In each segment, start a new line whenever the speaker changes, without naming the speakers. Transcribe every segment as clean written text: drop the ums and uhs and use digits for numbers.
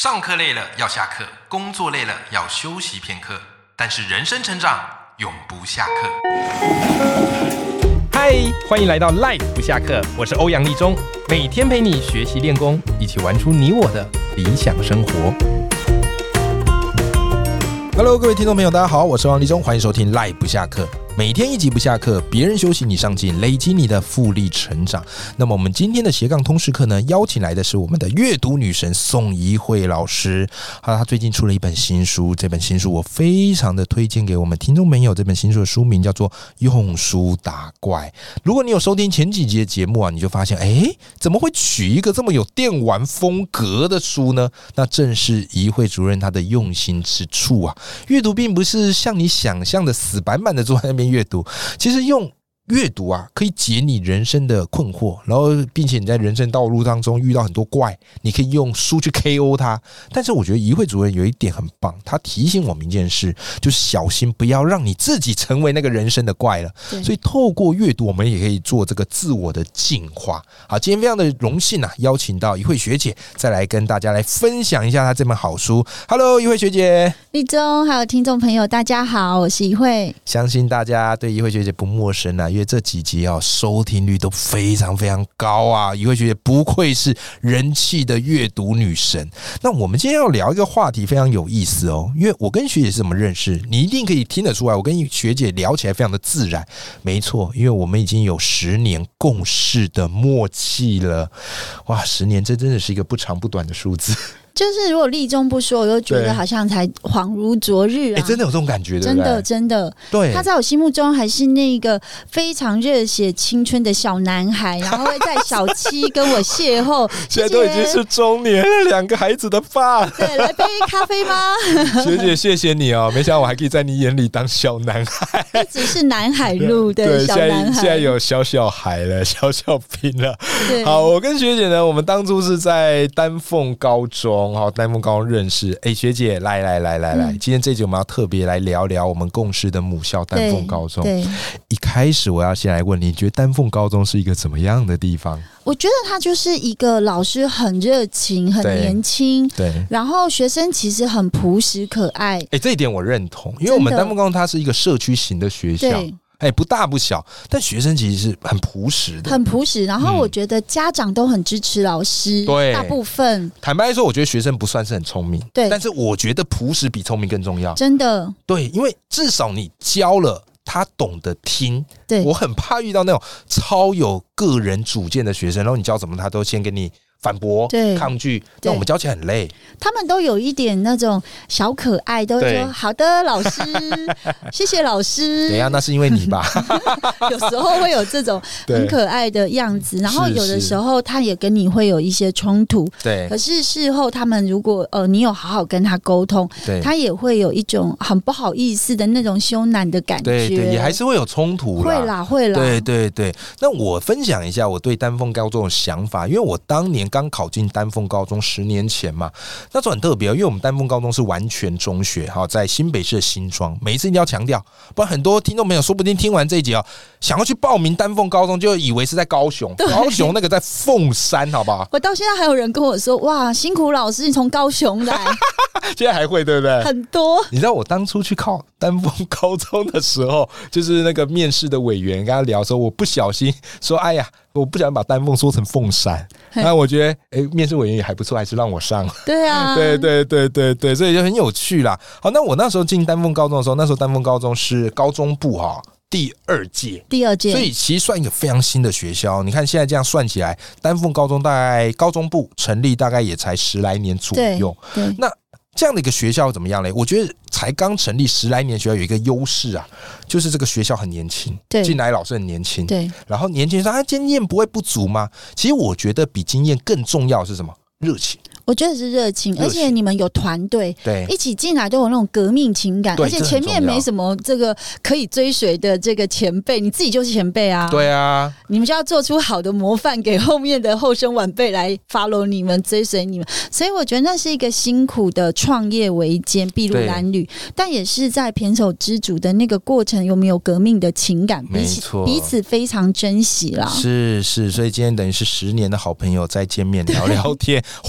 上课累了要下课，工作累了要休息片刻，但是人生成长永不下课。嗨，欢迎来到 Life 不下课，我是欧阳立中，每天陪你学习练功，一起玩出你我的理想生活。Hello， 各位听众朋友，大家好，我是欧阳立中，欢迎收听 Life 不下课。每天一集不下课，别人休息你上进，累积你的复利成长。那么我们今天的斜杠通识课呢，邀请来的是我们的阅读女神宋怡慧老师。她最近出了一本新书，这本新书我非常的推荐给我们听众朋友。这本新书的书名叫做《用书打怪》。如果你有收听前几集的节目啊，你就发现，怎么会取一个这么有电玩风格的书呢？那正是怡慧主任她的用心之处啊。阅读并不是像你想象的死板板的坐在那边阅读，其实用阅读啊，可以解你人生的困惑，然后并且你在人生道路当中遇到很多怪，你可以用书去 KO 它。但是我觉得怡慧主任有一点很棒，他提醒我们一件事，就是小心不要让你自己成为那个人生的怪了。所以透过阅读，我们也可以做这个自我的进化。好，今天非常的荣幸啊，邀请到怡慧学姐再来跟大家来分享一下她这本好书。Hello， 怡慧学姐。
立中还有听众朋友，大家好，我是怡慧。
相信大家对怡慧学姐不陌生啊，因为这几集啊收听率都非常非常高啊，怡慧学姐不愧是人气的阅读女神。那我们今天要聊一个话题非常有意思哦，因为我跟学姐是怎么认识，你一定可以听得出来，我跟学姐聊起来非常的自然。没错，因为我们已经有10年共事的默契了。哇，10年这真的是一个不长不短的数字。
就是如果立中不说，我就觉得好像才恍如昨日啊！
真的有这种感觉，对不对？
真的，
对，
他在我心目中还是那个非常热血青春的小男孩，然后会在小七跟我邂逅。
现在都已经是中年了，2个孩子的爸。
对，来杯咖啡吗？
学姐，谢谢你哦！没想到我还可以在你眼里当小男孩，
一直是南海路的小男孩。
现在有小孩了，小兵了。好，我跟学姐呢，我们当初是在丹凤高中。丹凤高中认识，学姐来，今天这集我们要特别来聊聊我们共事的母校丹凤高中。一开始我要先来问你，觉得丹凤高中是一个怎么样的地方？
我觉得它就是一个老师很热情、很年轻，对，然后学生其实很朴实可爱。这一点我认同，因为我们丹凤高中它是一个社区型的学校。不大不小，但学生其实是很朴实的，很朴实。然后我觉得家长都很支持老师，对，大部分。坦白说，我觉得学生不算是很聪明，对，但是我觉得朴实比聪明更重要，真的。对，因为至少你教了他懂得听。对，我很怕遇到那种超有个人主见的学生，然后你教什么他都先给你反驳、抗拒，那我们教起来很累。他们都有一点那种小可爱，都会说好的老师谢谢老师。等一下，那是因为你吧有时候会有这种很可爱的样子，然后有的时候他也跟你会有一些冲突，对。可是事后他们如果你有好好跟他沟通，他也会有一种很不好意思的那种羞赧的感觉，对，也还是会有冲突啦，会啦，对。那我分享一下我对丹凤高中的想法，因为我当年刚考进丹凤高中10年前嘛，那时候很特别，因为我们丹凤高中是完全中学，在新北市的新庄，每一次一定要强调，不然很多听众朋友说不定听完这一集想要去报名丹凤高中，就以为是在高雄那个在凤山，好不好？我到现在还有人跟我说，哇，辛苦老师，你从高雄来现在还会对不对？很多。你知道我当初去考丹凤高中的时候，就是那个面试的委员跟他聊说，我不小心说，哎呀，我不想把丹凤说成凤山，那我觉得面试委员也还不错，还是让我上。对啊，对，所以就很有趣啦。好，那我那时候进丹凤高中的时候，那时候丹凤高中是高中部第二届，所以其实算一个非常新的学校。你看现在这样算起来，丹凤高中大概高中部成立大概也才10来年左右。那这样的一个学校怎么样呢？我觉得才刚成立10来年，学校有一个优势啊，就是这个学校很年轻，进来老师很年轻，对，然后年轻人说经验不会不足吗？其实我觉得比经验更重要的是什么？热情。我觉得是热情，而且你们有团队，对，一起进来都有那种革命情感，而且前面没什么这个可以追随的这个前辈，你自己就是前辈啊，对啊，你们就要做出好的模范给后面的后生晚辈来 follow 你们，追随你们。所以我觉得那是一个辛苦的创业维艰、筚路蓝缕，但也是在胼手胝足的那个过程有没有革命的情感，彼此非常珍惜啦。是，所以今天等于是10年的好朋友再见面聊聊天，恍如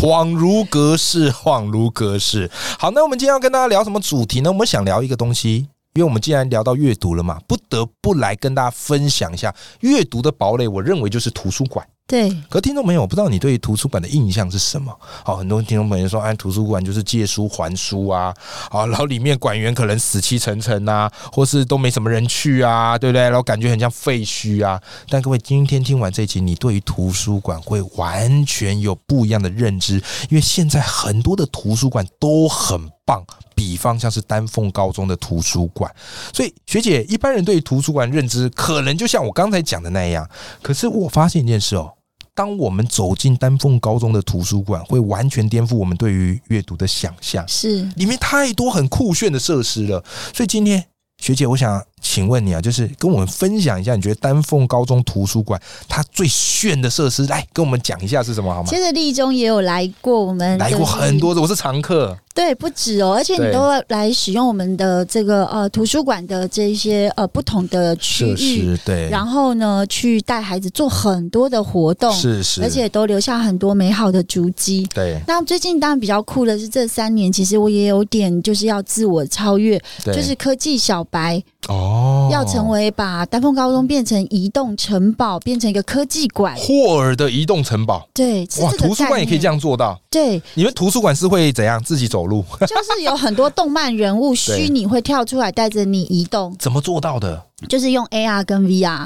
如隔世，恍如隔世。好，那我们今天要跟大家聊什么主题呢？我们想聊一个东西，因为我们既然聊到阅读了嘛，不得不来跟大家分享一下阅读的堡垒。我认为就是图书馆。
对，
可听众朋友，我不知道你对图书馆的印象是什么？好，很多听众朋友说，图书馆就是借书还书啊，然后里面馆员可能死气沉沉啊，或是都没什么人去啊，对不对？然后感觉很像废墟啊。但各位今天听完这一集，你对于图书馆会完全有不一样的认知，因为现在很多的图书馆都很棒。比方像是丹凤高中的图书馆，所以学姐，一般人对于图书馆认知可能就像我刚才讲的那样。可是我发现一件事哦，当我们走进丹凤高中的图书馆，会完全颠覆我们对于阅读的想象。
是，
里面太多很酷炫的设施了。所以今天学姐，我想请问你啊，就是跟我们分享一下，你觉得丹凤高中图书馆它最炫的设施，来跟我们讲一下是什么好吗？
其实立中也有来过，我们
来过很多次，我是常客。
对，不止哦，而且你都来使用我们的这个图书馆的这些不同的区域，
对，
然后呢去带孩子做很多的活动，
是，
而且都留下很多美好的足迹。
对，
那最近当然比较酷的是这3年，其实我也有点就是要自我超越，就是科技小白哦，要成为把丹凤高中变成移动城堡，变成一个科技馆，
霍尔的移动城堡。
对，哇，
图书馆也可以这样做到。
对，
你们图书馆是会怎样自己走？
就是有很多动漫人物虚拟会跳出来带着你移动。
怎么做到的？
就是用 AR 跟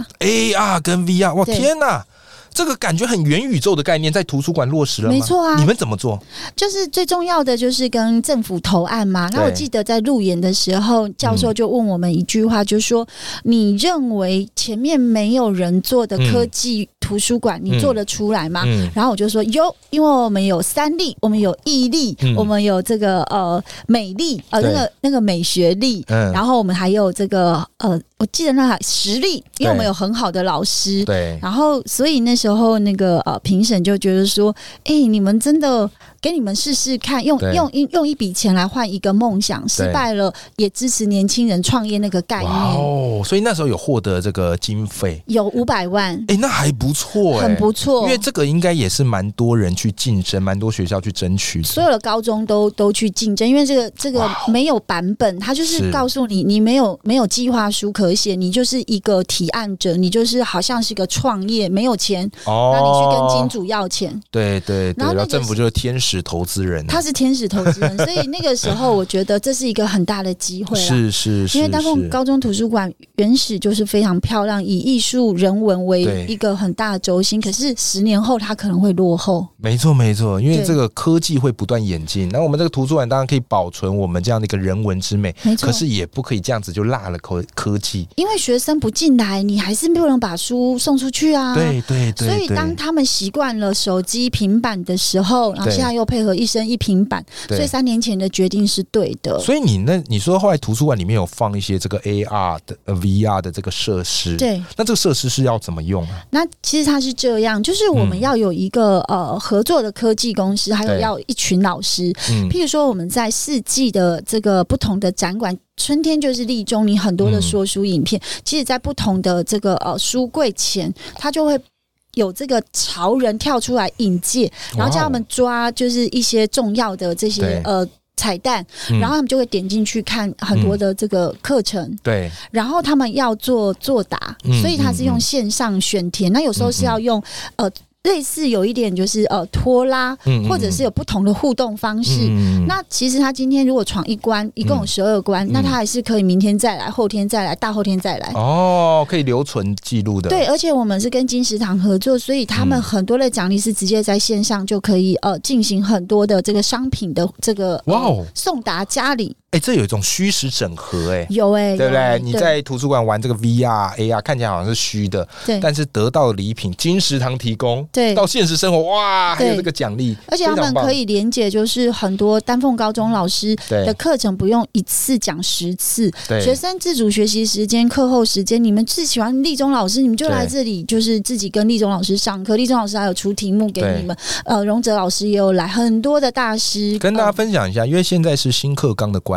VR。AR
跟 VR， 哇天哪！这个感觉很元宇宙的概念在图书馆落实了吗？
没错啊，
你们怎么做？
就是最重要的就是跟政府投案嘛。那我记得在路演的时候，教授就问我们一句话，就是说你认为前面没有人做的科技图书馆，你做得出来吗？然后我就说有，因为我们有3力，我们有毅力，我们有这个美力，那个美学力，然后我们还有这个我记得那实力，因为我们有很好的老师，
对，
然后所以那时候那个评审就觉得说，你们真的给你们试试看，用一笔钱来换一个梦想，失败了也支持年轻人创业那个概念。
哦，所以那时候有获得这个经费，
有500万，
那还不错，
很不错，
因为这个应该也是蛮多人去竞争，蛮多学校去争取的，
所有的高中都去竞争，因为这个没有版本，它就是告诉你，你没有计划书可写，你就是一个提案者，你就是好像是一个创业，没有钱，那你去跟金主要钱，
对，然后政府就是天使投资人，
他是天使投资人，所以那个时候我觉得这是一个很大的机会啦，
是，
因为丹凤高中图书馆原始就是非常漂亮，以艺术人文为一个很大的轴心，可是10年后它可能会落后。
没错，因为这个科技会不断演进，那我们这个图书馆当然可以保存我们这样的一个人文之美，可是也不可以这样子就落了科技，
因为学生不进来，你还是不能把书送出去啊。
对，
所以当他们习惯了手机平板的时候，然后现在又配合1生1平板，所以3年前的决定是对的。
所以你说后来图书馆里面有放一些这个 AR 的VR 的这个设施，
对，
那这个设施是要怎么用啊？
那其实它是这样，就是我们要有一个合作的科技公司，还有要一群老师。譬如说我们在4季的这个不同的展馆。春天就是立中，你很多的说书影片，其实在不同的这个书柜前，它就会有这个潮人跳出来引介，然后叫他们抓就是一些重要的这些彩蛋，然后他们就会点进去看很多的这个课程，
对，
然后他们要作答，所以他是用线上选填，那有时候是要用类似有一点就是拖拉，或者是有不同的互动方式。那其实他今天如果闯一关，一共有12关，那他还是可以明天再来，后天再来，大后天再来。
可以留存记录的。
对，而且我们是跟金石堂合作，所以他们很多的奖励是直接在线上就可以进行很多的这个商品的这个送达家里。
这有一种虚实整合，
有
对不对？你在图书馆玩这个 VR、AR， 看起来好像是虚的，但是得到的礼品金石堂提供，对，到现实生活哇，还有这个奖励，
而且他们可以连结，就是很多丹凤高中老师的课程不用一次讲10次，学生自主学习时间、课后时间，你们最喜欢立中老师，你们就来这里，就是自己跟立中老师上课，立中老师还有出题目给你们，荣哲老师也有来，很多的大师
跟大家分享一下，因为现在是新课纲的关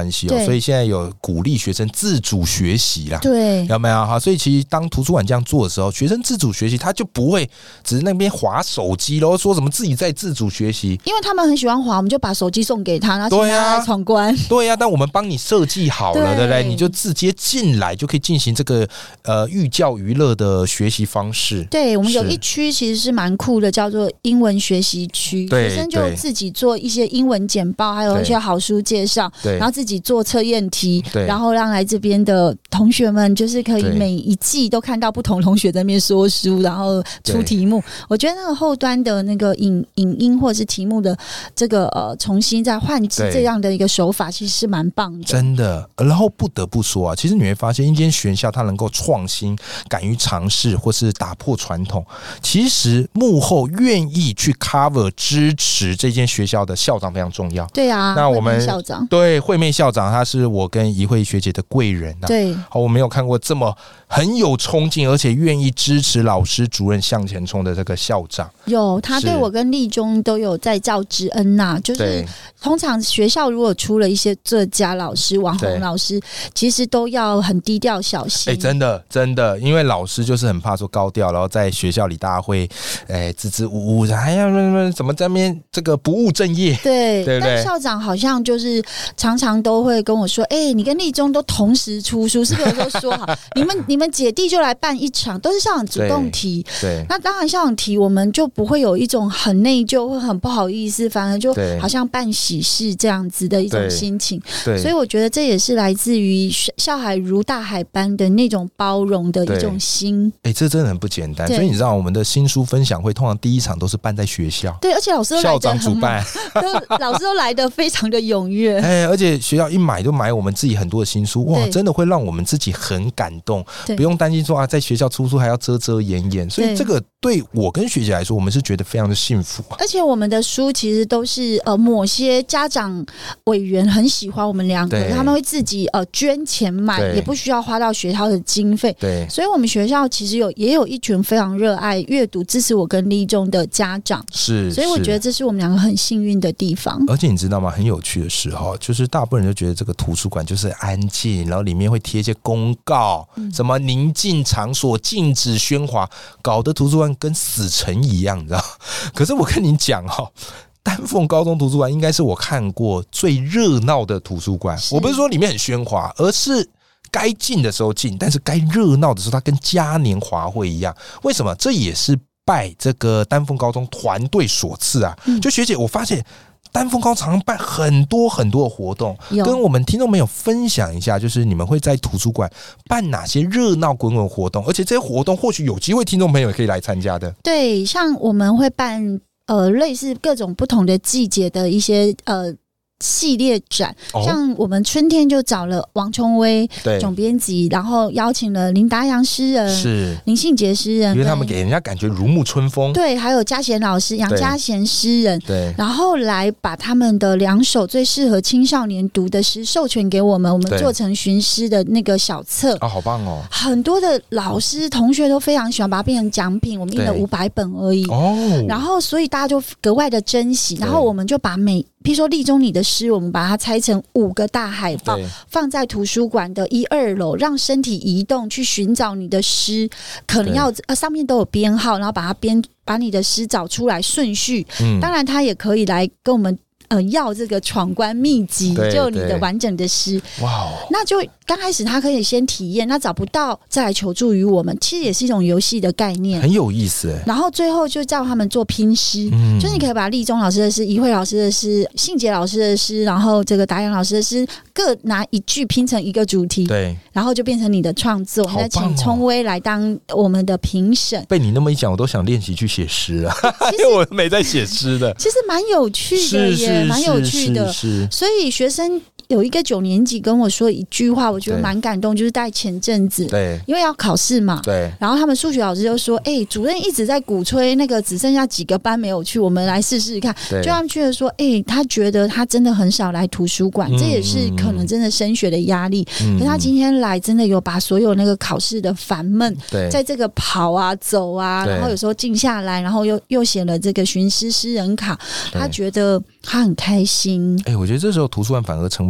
关系哦，所以现在有鼓励学生自主学习啦，
对，
有没有？好，所以其实当图书馆这样做的时候，学生自主学习，他就不会只是那边滑手机，然后说什么自己在自主学习，
因为他们很喜欢滑，我们就把手机送给他，然后请他来闯关。
对呀，但我们帮你设计好了，对不对？你就直接进来就可以进行这个寓教于乐的学习方式。
对，我们有一区其实是蛮酷的，叫做英文学习区，学生就自己做一些英文简报，还有一些好书介绍，然后自己做测验题，然后让来这边的同学们就是可以每一季都看到不同同学在那边说书，然后出题目。我觉得那个后端的那个影音或者是题目的这个重新再换制这样的一个手法，其实是蛮棒的，
真的。然后不得不说啊，其实你会发现一间学校它能够创新、敢于尝试或是打破传统，其实幕后愿意去 cover 支持这间学校的校长非常重要。
对啊，
那我们
校长
对惠妹校长，她是我跟怡慧学姐的贵人啊。
对，
好，我没有看过这么很有冲劲，而且愿意支持老师主任向前冲的这个校长。
有，他对我跟立中都有在教之恩呐，就是通常学校如果出了一些作家老师、网红老师，其实都要很低调小心。
真的，因为老师就是很怕说高调，然后在学校里大家会支支吾吾，哎呀，怎么在那边这个不务正业？对，但
校长好像就是常常都会跟我说，你跟立中都同时出书，是不是有时候说好，你们姐弟就来办一场，都是校长主动提。对，那当然校长提，我们就不会有一种很内疚或很不好意思，反而就好像办喜事这样子的一种心情。所以我觉得这也是来自于校海如大海般的那种包容的一种心。
这真的很不简单。所以你知道我们的新书分享会通常第一场都是办在学校，
对，而且老师都来得很
校长主办，
老师都来得非常的踊跃。
而且学校一买就买我们自己很多的新书，哇，真的会让我们自己很感动，不用担心说在学校出书还要遮遮掩掩。所以这个对我跟学姐来说，我们是觉得非常的幸福。
而且我们的书其实都是某些家长委员很喜欢我们两个，他们会自己捐钱买，也不需要花到学校的经费。对，所以我们学校其实也有一群非常热爱阅读、支持我跟立中的家长。是，所以我觉得这是我们两个很幸运的地方。
而且你知道吗？很有趣的是就是大部分人就觉得这个图书馆就是安静，然后里面会贴一些公告，什么宁静场所、禁止喧哗，搞得图书馆跟死城一样，你知道？可是我跟你讲丹凤高中图书馆应该是我看过最热闹的图书馆。我不是说里面很喧哗，而是该静的时候静，但是该热闹的时候它跟嘉年华会一样。为什么？这也是拜这个丹凤高中团队所赐啊。就学姐，我发现丹凤高常常办很多很多的活动，跟我们听众朋友分享一下，就是你们会在图书馆办哪些热闹滚滚活动，而且这些活动或许有机会听众朋友也可以来参加的。
对，像我们会办类似各种不同的季节的一些系列展，像我们春天就找了王琼威总编辑，然后邀请了林达阳诗人、林信杰诗人，
因为他们给人家感觉如沐春风。
对，还有嘉贤老师、杨嘉贤诗人，对，然后来把他们的2首最适合青少年读的诗授权给我们，我们做成寻诗的那个小册。
好棒哦！
很多的老师同学都非常喜欢，把它变成奖品。我们印了500本而已然后所以大家就格外的珍惜。然后我们就把譬如说立中你的诗，我们把它拆成5个大海报，放在图书馆的1、2楼，让身体移动去寻找你的诗，可能要上面都有编号，然后把你的诗找出来顺序。当然他也可以来跟我们要这个闯关秘籍，就你的完整的诗。哇，那就刚开始他可以先体验，那找不到再来求助于我们，其实也是一种游戏的概念，
很有意思。
然后最后就叫他们做拼诗，就是你可以把立中老师的诗、怡慧老师的诗、信杰老师的诗，然后这个达阳老师的诗各拿一句拼成一个主题，对，然后就变成你的创作。那请聪威来当我们的评审。
被你那么一讲，我都想练习去写诗了，因为我没在写诗的。
其实蛮有趣的耶，蛮有趣的。所以学生有一个9年级跟我说一句话，我觉得蛮感动，就是在前阵子，对，因为要考试嘛，对，然后他们数学老师就说：“主任一直在鼓吹那个只剩下几个班没有去，我们来试试看。”就他们觉得说：“他觉得他真的很少来图书馆，这也是可能真的升学的压力。可是他今天来，真的有把所有那个考试的烦闷，在这个跑啊、走啊，然后有时候静下来，然后又写了这个寻诗诗人卡，他觉得他很开心。
我觉得这时候图书馆反而成为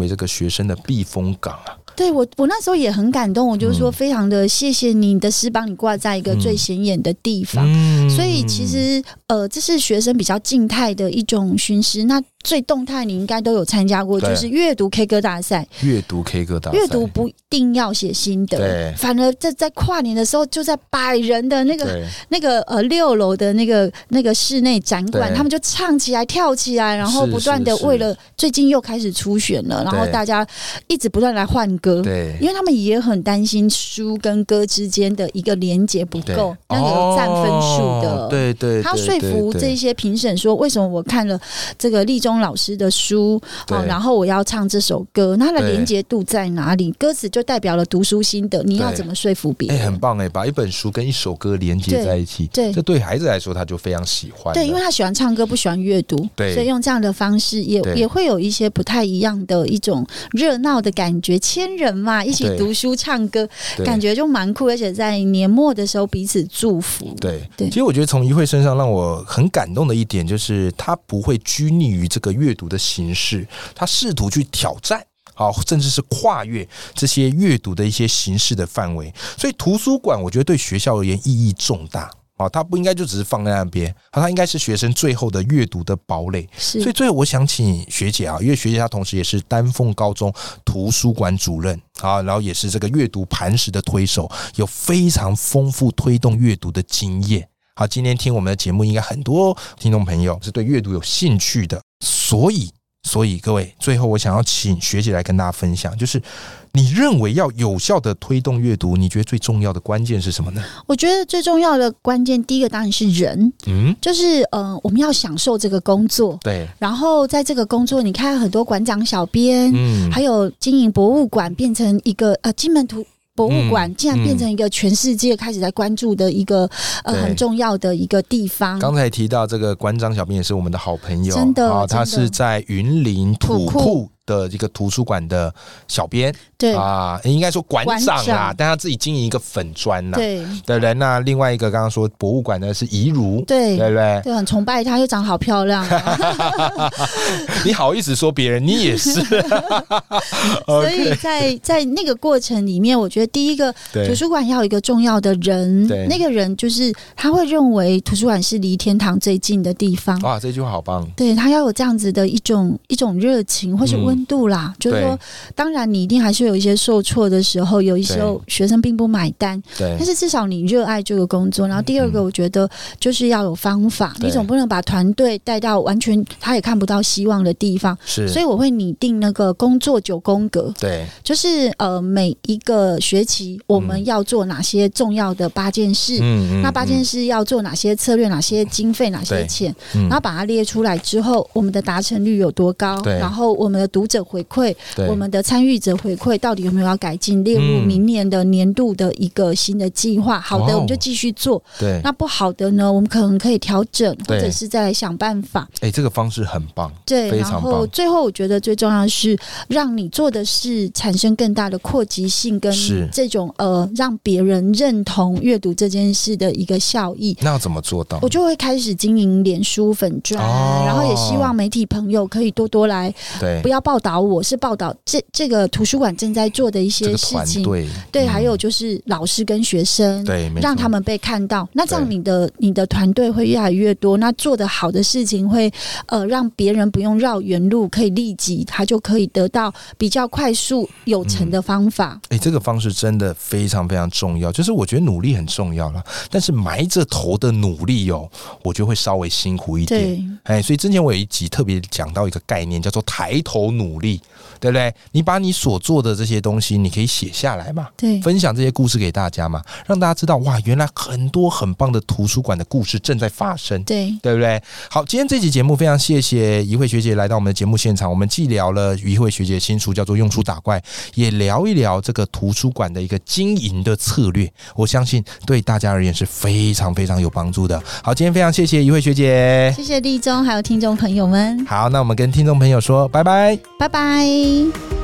为这个学生的避风港啊。
对，我那时候也很感动，我就说非常的谢谢你的诗帮你挂在一个最显眼的地方，所以其实这是学生比较静态的一种巡诗。那最动态你应该都有参加过，就是阅读 K 歌大赛。
阅读 K 歌大赛，
阅读不一定要写心得，反而在跨年的时候，就在100人的那个6楼的那个室内展馆，他们就唱起来跳起来，然后不断的为了最近又开始初选了，然后大家一直不断来换歌，对，因为他们也很担心书跟歌之间的一个连结不够，那个有占分数的，对，他说服这些评审说，为什么我看了这个立中老师的书，然后我要唱这首歌，那它的连结度在哪里？歌词就代表了读书心得，你要怎么说服别人？
很棒把一本书跟一首歌连接在一起，这对孩子来说他就非常喜欢。
对，因为他喜欢唱歌，不喜欢阅读，所以用这样的方式也会有一些不太一样的一种热闹的感觉。千人嘛，一起读书唱歌，感觉就蛮酷，而且在年末的时候彼此祝福。对，
其实我觉得从怡慧身上让我很感动的一点，就是他不会拘泥于这个阅读的形式，他试图去挑战。甚至是跨越这些阅读的一些形式的范围，所以图书馆我觉得对学校而言意义重大。它不应该就只是放在那边，它应该是学生最后的阅读的堡垒。所以最后我想请学姐因为学姐她同时也是丹凤高中图书馆主任然后也是这个阅读磐石的推手，有非常丰富推动阅读的经验。好，今天听我们的节目应该很多听众朋友是对阅读有兴趣的，所以各位，最后我想要请学姐来跟大家分享，就是你认为要有效的推动阅读，你觉得最重要的关键是什么呢？
我觉得最重要的关键，第一个当然是人，就是我们要享受这个工作，对。然后在这个工作，你看很多馆长、小编，还有经营博物馆，变成一个金门博物馆竟然变成一个全世界开始在关注的一个很重要的一个地方。
刚才提到这个馆长小编也是我们的好朋友，
真的，
他是在云林土库的一个图书馆的小编，对应该说馆长啦，但他自己经营一个粉专啦，对不对？那另外一个刚刚说博物馆呢是怡如，对不对？
对，很崇拜她，又长好漂亮
你好意思说别人，你也是
所以在那个过程里面，我觉得第一个图书馆要有一个重要的人，那个人就是他会认为图书馆是离天堂最近的地方。
哇，这句话好棒！
对，他要有这样子的一种热情或是温度啦，就是说当然你一定还是有一些受挫的时候，有一时候学生并不买单，但是至少你热爱这个工作。然后第二个我觉得就是要有方法，你总不能把团队带到完全他也看不到希望的地方，所以我会拟定那个工作9宫格，对，就是每一个学期我们要做哪些重要的8件事，那8件事要做哪些策略，哪些经费，哪些钱，然后把它列出来之后，我们的达成率有多高，然后我们的读者回馈，我们的参与者回馈到底有没有要改进，列入明年的年度的一个新的计划。好的我们就继续做，对，那不好的呢我们可能可以调整，或者是再来想办法。
这个方式很棒，
对，
非常棒。
然后最后我觉得最重要的是让你做的事产生更大的扩及性，跟这种让别人认同阅读这件事的一个效益。
那要怎么做到？
我就会开始经营脸书粉专，然后也希望媒体朋友可以多多来，不要报道我，是报道这个图书馆正在做的一些事情，对，还有就是老师跟学生，对，让他们被看到。那这样你的团队会越来越多，那做得好的事情会让别人不用绕远路，可以立即他就可以得到比较快速有成的方法。
这个方式真的非常非常重要，就是我觉得努力很重要啦，但是埋着头的努力我觉得会稍微辛苦一点。所以之前我有一集特别讲到一个概念叫做抬头努力，对不对？你把你所做的这些东西你可以写下来嘛，对，分享这些故事给大家嘛，让大家知道哇，原来很多很棒的图书馆的故事正在发生，对不对？好，今天这期节目非常谢谢怡慧学姐来到我们的节目现场，我们既聊了怡慧学姐新书叫做用书打怪，也聊一聊这个图书馆的一个经营的策略，我相信对大家而言是非常非常有帮助的。好，今天非常谢谢怡慧学姐，
谢谢立中还有听众朋友们。
好，那我们跟听众朋友说拜拜，
拜拜。